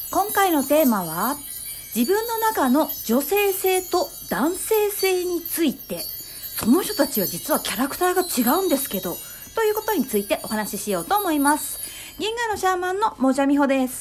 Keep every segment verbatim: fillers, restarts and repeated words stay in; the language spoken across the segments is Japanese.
今回のテーマは自分の中の女性性と男性性について、その人たちは実はキャラクターが違うんですけどということについてお話ししようと思います。銀河のシャーマンのもじゃみほです。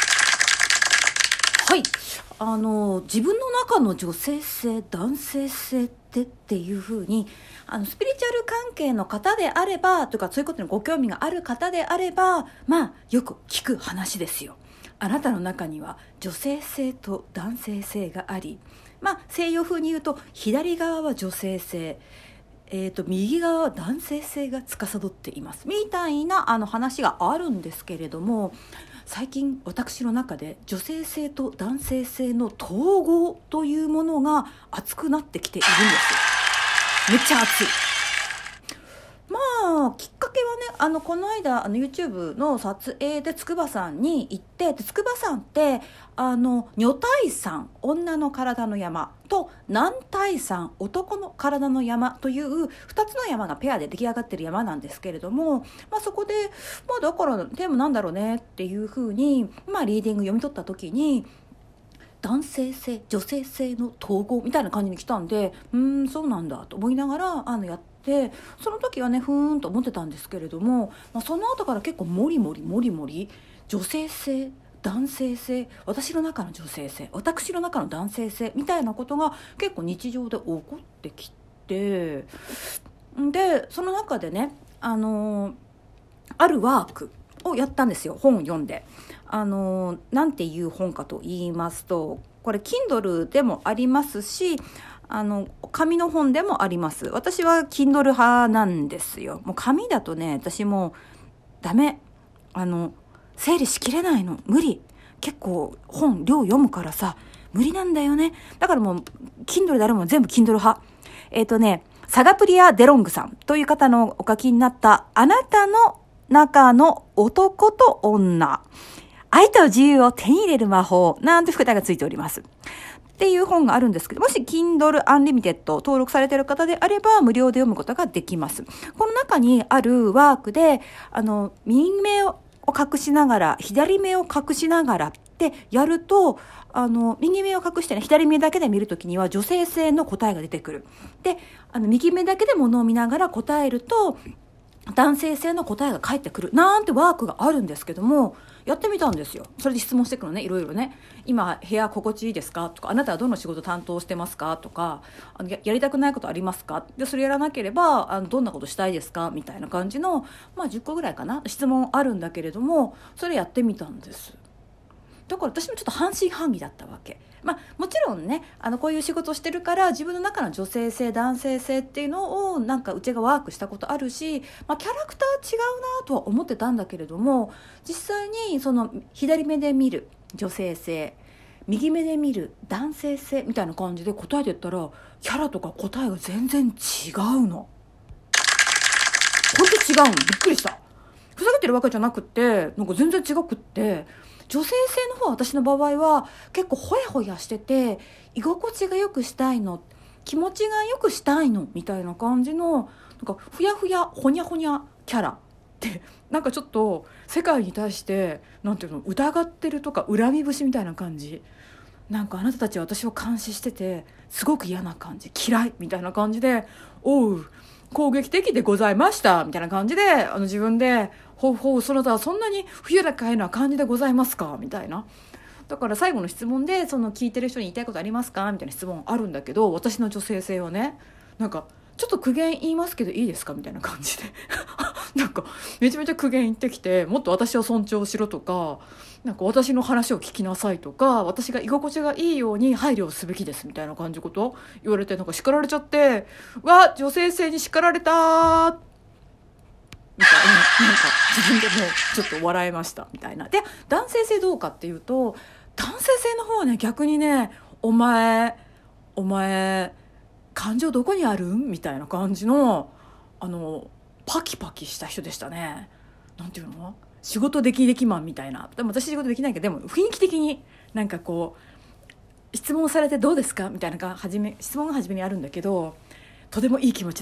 はい、あの自分の中の女性性男性性ってっていう風にあのスピリチュアル関係の方であればとか、そういうことにご興味がある方であれば、まあよく聞く話ですよ。あなたの中には女性性と男性性があり、まあ西洋風に言うと左側は女性性、えーと右側は男性性が司っていますみたいなあの話があるんですけれども、最近私の中で女性性と男性性の統合というものが熱くなってきているんですよ。めっちゃ熱い。まあきっかけはね、あのこの間あの YouTube の撮影で筑波山に行って、で筑波山ってあの女体山女の体の山と男体山男の体の山というふたつの山がペアで出来上がってる山なんですけれども、まあ、そこで、まあ、だからテーマなんだろうねっていうふうに、まあ、リーディング読み取った時に男性性女性性の統合みたいな感じに来たんで、うーんそうなんだと思いながらあのやって、その時はねふーんと思ってたんですけれども、まあ、その後から結構モリモリモリモリ女性性男性性、私の中の女性性私の中の男性性みたいなことが結構日常で起こってきて、でその中でねあのあるワークをやったんですよ。本を読んで、あのなんていう本かと言いますと、これ Kindle でもありますし、あの紙の本でもあります。私は Kindle 派なんですよ。もう紙だとね私もうダメ、あの整理しきれないの、無理。結構本量読むからさ無理なんだよね。だからもう Kindle であるもん全部 Kindle 派。えっとねサガプリア・デロングさんという方のお書きになったあなたの中の男と女、愛と自由を手に入れる魔法なんて副題がついておりますっていう本があるんですけど、もし Kindle Unlimited 登録されている方であれば無料で読むことができます。この中にあるワークであの右目を隠しながら左目を隠しながらってやると、あの右目を隠してね左目だけで見るときには女性性の答えが出てくる。であの右目だけで物を見ながら答えると男性性の答えが返ってくるなんてワークがあるんですけども、やってみたんですよ。それで質問してくるのね、いろいろね。今部屋心地いいですかとか、あなたはどの仕事担当してますかとか、あの や, やりたくないことありますか、でそれやらなければあのどんなことしたいですかみたいな感じの、まあ、じゅっこぐらいかな質問あるんだけれども、それやってみたんです。だから私もちょっと半信半疑だったわけ。まあ、もちろんねあのこういう仕事をしてるから自分の中の女性性男性性っていうのをなんかうちがワークしたことあるし、まあ、キャラクター違うなとは思ってたんだけれども、実際にその左目で見る女性性右目で見る男性性みたいな感じで答えてったら、キャラとか答えが全然違うの。本当違うの。びっくりした。ふざけてるわけじゃなくってなんか全然違くって、女性性の方は私の場合は結構ホヤホヤしてて、居心地が良くしたいの、気持ちが良くしたいのみたいな感じのなんかふやふやほにゃほにゃキャラってなんかちょっと世界に対してなんていうの疑ってるとか恨み節みたいな感じ、なんかあなたたちは私を監視しててすごく嫌な感じ、嫌いみたいな感じで、おう攻撃的でございましたみたいな感じであの自分でほうほうそなたはそんなに不愉快な感じでございますかみたいな。だから最後の質問でその聞いてる人に言いたいことありますかみたいな質問あるんだけど、私の女性性はねなんかちょっと苦言言いますけどいいですかみたいな感じでなんかめちゃめちゃ苦言言ってきて、もっと私を尊重しろとか、なんか私の話を聞きなさいとか、私が居心地がいいように配慮をすべきですみたいな感じのこと言われて、なんか叱られちゃって、わ女性性に叱られたみたいな、なんか自分でもちょっと笑いましたみたいな。で男性性どうかっていうと、男性性の方はね逆にねお前お前感情どこにあるみたいな感じのあのパキパキした人でしたね。なんていうの仕事できできマンみたいな。でも私仕事できないけど、でも雰囲気的になんかこう質問されてどうですかみたいなはじめ質問が初めにあるんだけど、とてもいい気持ちだ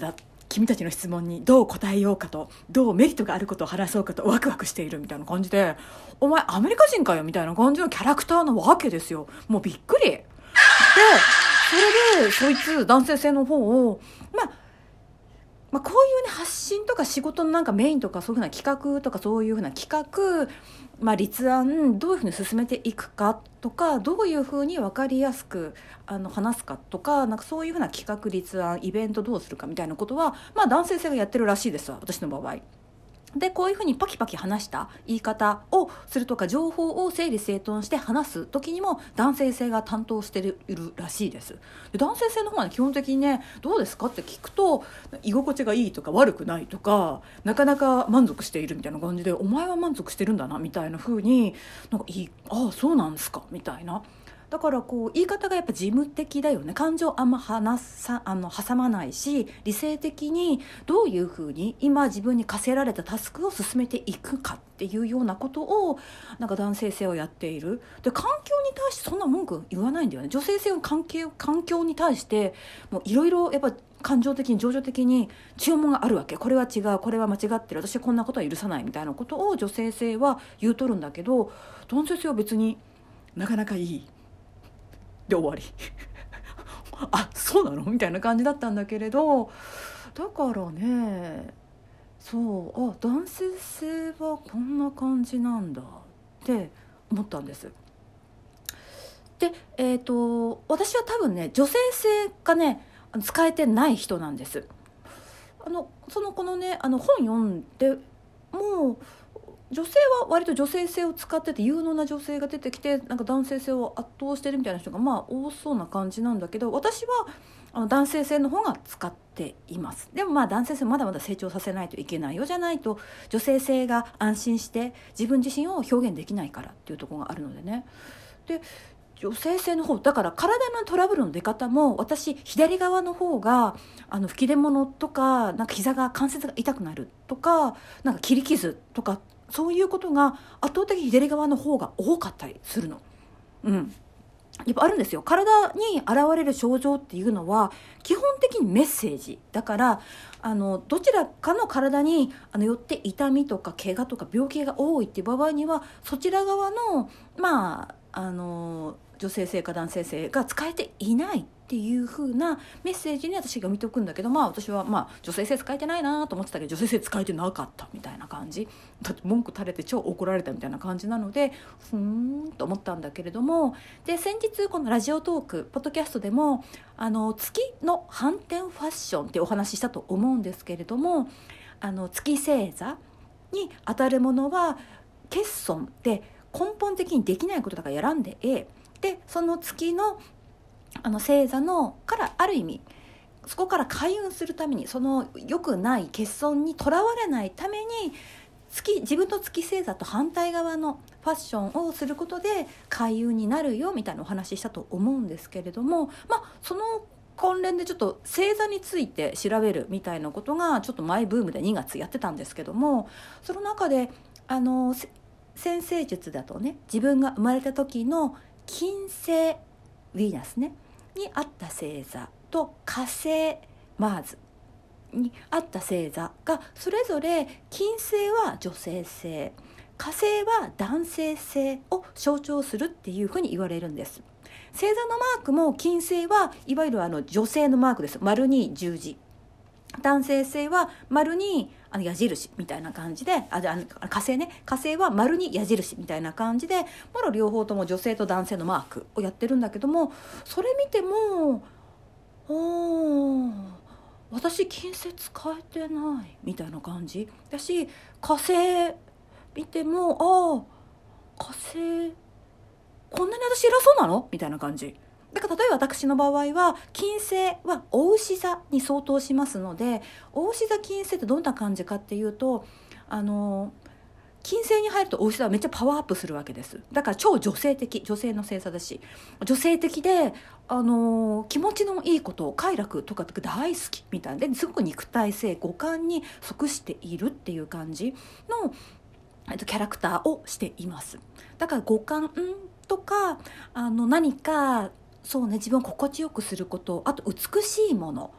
君たちの質問にどう答えようかと、どうメリットがあることを話そうかとワクワクしているみたいな感じで、お前アメリカ人かよみたいな感じのキャラクターなわけですよ。もうびっくりで、それでそいつ男性性の方をまあまあ、こういうね発信とか仕事のなんかメインとかそういうふうな企画とかそういうふうな企画、まあ、立案どういうふうに進めていくかとか、どういうふうに分かりやすくあの話すかとか、なんかそういうふうな企画立案イベントどうするかみたいなことは、まあ、男性性がやってるらしいですわ、私の場合。でこういうふうにパキパキ話した言い方をするとか、情報を整理整頓して話す時にも男性性が担当しているらしいです。で男性性の方は、ね、基本的にねどうですかって聞くと、居心地がいいとか悪くないとか、なかなか満足しているみたいな感じで、お前は満足してるんだなみたいな風に、なんかいい、ああそうなんですかみたいな。だからこう言い方がやっぱ事務的だよね。感情あんま話さあの挟まないし、理性的にどういうふうに今自分に課せられたタスクを進めていくかっていうようなことをなんか男性性をやっている。で環境に対してそんな文句言わないんだよね。女性性の関係環境に対してもういろいろやっぱ感情的に情緒的に注文があるわけ。これは違う、これは間違ってる、私はこんなことは許さないみたいなことを女性性は言うとるんだけど、男性性は別になかなかいいで終わりあ、そうなのみたいな感じだったんだけれど、だからね、そう、あ、男性性はこんな感じなんだって思ったんです。で、えーと、私は多分ね女性性がね使えてない人なんです。あのそのこのねあの本読んでも女性は割と女性性を使ってて有能な女性が出てきて、なんか男性性を圧倒してるみたいな人がまあ多そうな感じなんだけど、私はあの男性性の方が使っています。でもまあ男性性まだまだ成長させないといけないよ、じゃないと女性性が安心して自分自身を表現できないからっていうところがあるのでね。で女性性の方だから、体のトラブルの出方も私左側の方があの吹き出物とか、なんか膝が関節が痛くなるとか、なんか切り傷とか、そういうことが圧倒的に左側の方が多かったりするの。うん。やっぱあるんですよ。体に現れる症状っていうのは基本的にメッセージだから、あのどちらかの体にあのよって痛みとか怪我とか病気が多いっていう場合には、そちら側のまああの女性性か男性性が使えていないっていう風なメッセージに私が見ておくんだけど、まあ私はまあ女性性使えてないなと思ってたけど、女性性使えてなかったみたいな感じだって、文句垂れて超怒られたみたいな感じなので、ふーんと思ったんだけれども、で先日このラジオトークポッドキャストでもあの月の反転ファッションってお話ししたと思うんですけれども、あの月星座に当たるものは欠損って根本的にできないことだから選んで A で、その月のあの星座のからある意味そこから開運するために、その良くない欠損にとらわれないために月自分の月星座と反対側のファッションをすることで開運になるよみたいなお話ししたと思うんですけれども、まあその関連でちょっと星座について調べるみたいなことがちょっとマイブームでにがつやってたんですけども、その中であの占星術だとね、自分が生まれた時の金星ウィーナスねにあった星座と火星マーズにあった星座がそれぞれ、金星は女性性、火星は男性性を象徴するっていうふうに言われるんです。星座のマークも金星はいわゆるあの女性のマークです。丸に十字、男性性は丸にあの矢印みたいな感じで、あ、じゃあ火星ね、火星は丸に矢印みたいな感じで、もろ両方とも女性と男性のマークをやってるんだけども、それ見てもおー私金星使えてないみたいな感じだし、火星見てもあ火星こんなに私偉そうなのみたいな感じだから、例えば私の場合は金星は牡牛座に相当しますので、牡牛座金星ってどんな感じかっていうと、あの金星に入ると牡牛座はめっちゃパワーアップするわけです。だから超女性的、女性の星座だし女性的で、あの気持ちのいいこと、快楽とか大好きみたいですごく肉体性五感に即しているっていう感じのキャラクターをしています。だから五感とかあの何かそうね、自分を心地よくすること、あと美しいもの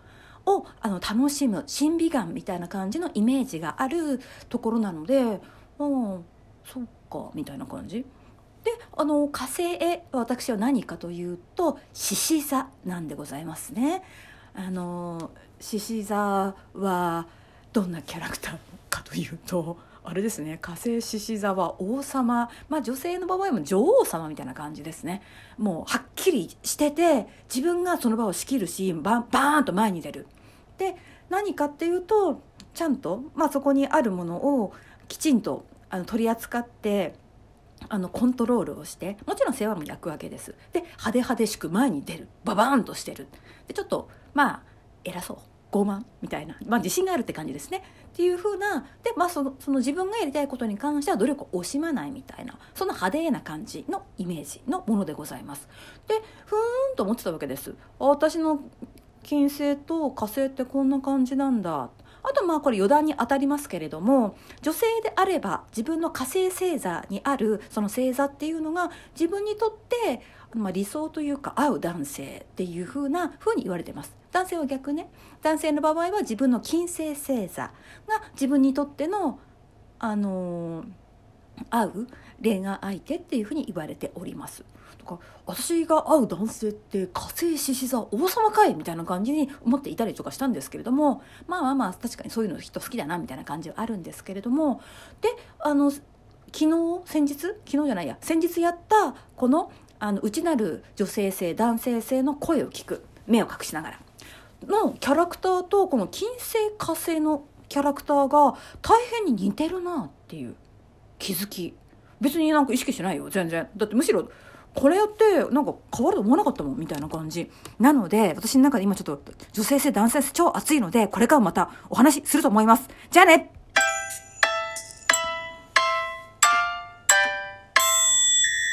をあの楽しむ審美眼みたいな感じのイメージがあるところなので、うん、そうかみたいな感じで、あの火星絵、私は何かというと獅子座なんでございますね。あの獅子座はどんなキャラクターかというと、あれですね、火星獅子座は王様、まあ女性の場合も女王様みたいな感じですね。もうはっきりしてて、自分がその場を仕切るし、バンバーンと前に出る。で、何かっていうと、ちゃんと、まあ、そこにあるものをきちんとあの取り扱って、あのコントロールをして、もちろん世話も焼くわけです。で、派手派手しく前に出る、ババーンとしてる。で、ちょっとまあ偉そう、傲慢みたいな、まあ、自信があるって感じですねっていう風なで、まあ、その、その自分がやりたいことに関しては努力を惜しまないみたいな、その派手な感じのイメージのものでございます。で、ふーんと思ってたわけです。あ、私の金星と火星ってこんな感じなんだ。あとまあこれ余談に当たりますけれども、女性であれば自分の火星星座にあるその星座っていうのが自分にとってまあ理想というか合う男性っていう風な風に言われてます。男性は逆ね、男性の場合は自分の金星星座が自分にとってのあのー、合う恋愛相手っていう風に言われております。とか、私が会う男性って火星獅子座王様かいみたいな感じに思っていたりとかしたんですけれども、まあまあまあ確かにそういうの人好きだなみたいな感じはあるんですけれども、で、あの昨日先日昨日じゃないや先日やったこのあの内なる女性性男性性の声を聞く、目を隠しながらのキャラクターとこの金星火星のキャラクターが大変に似てるなっていう気づき。別になんか意識しないよ全然。だってむしろこれやってなんか変わると思わなかったもんみたいな感じなので、私の中で今ちょっと女性性男性性超熱いので、これからまたお話しすると思います。じゃあね。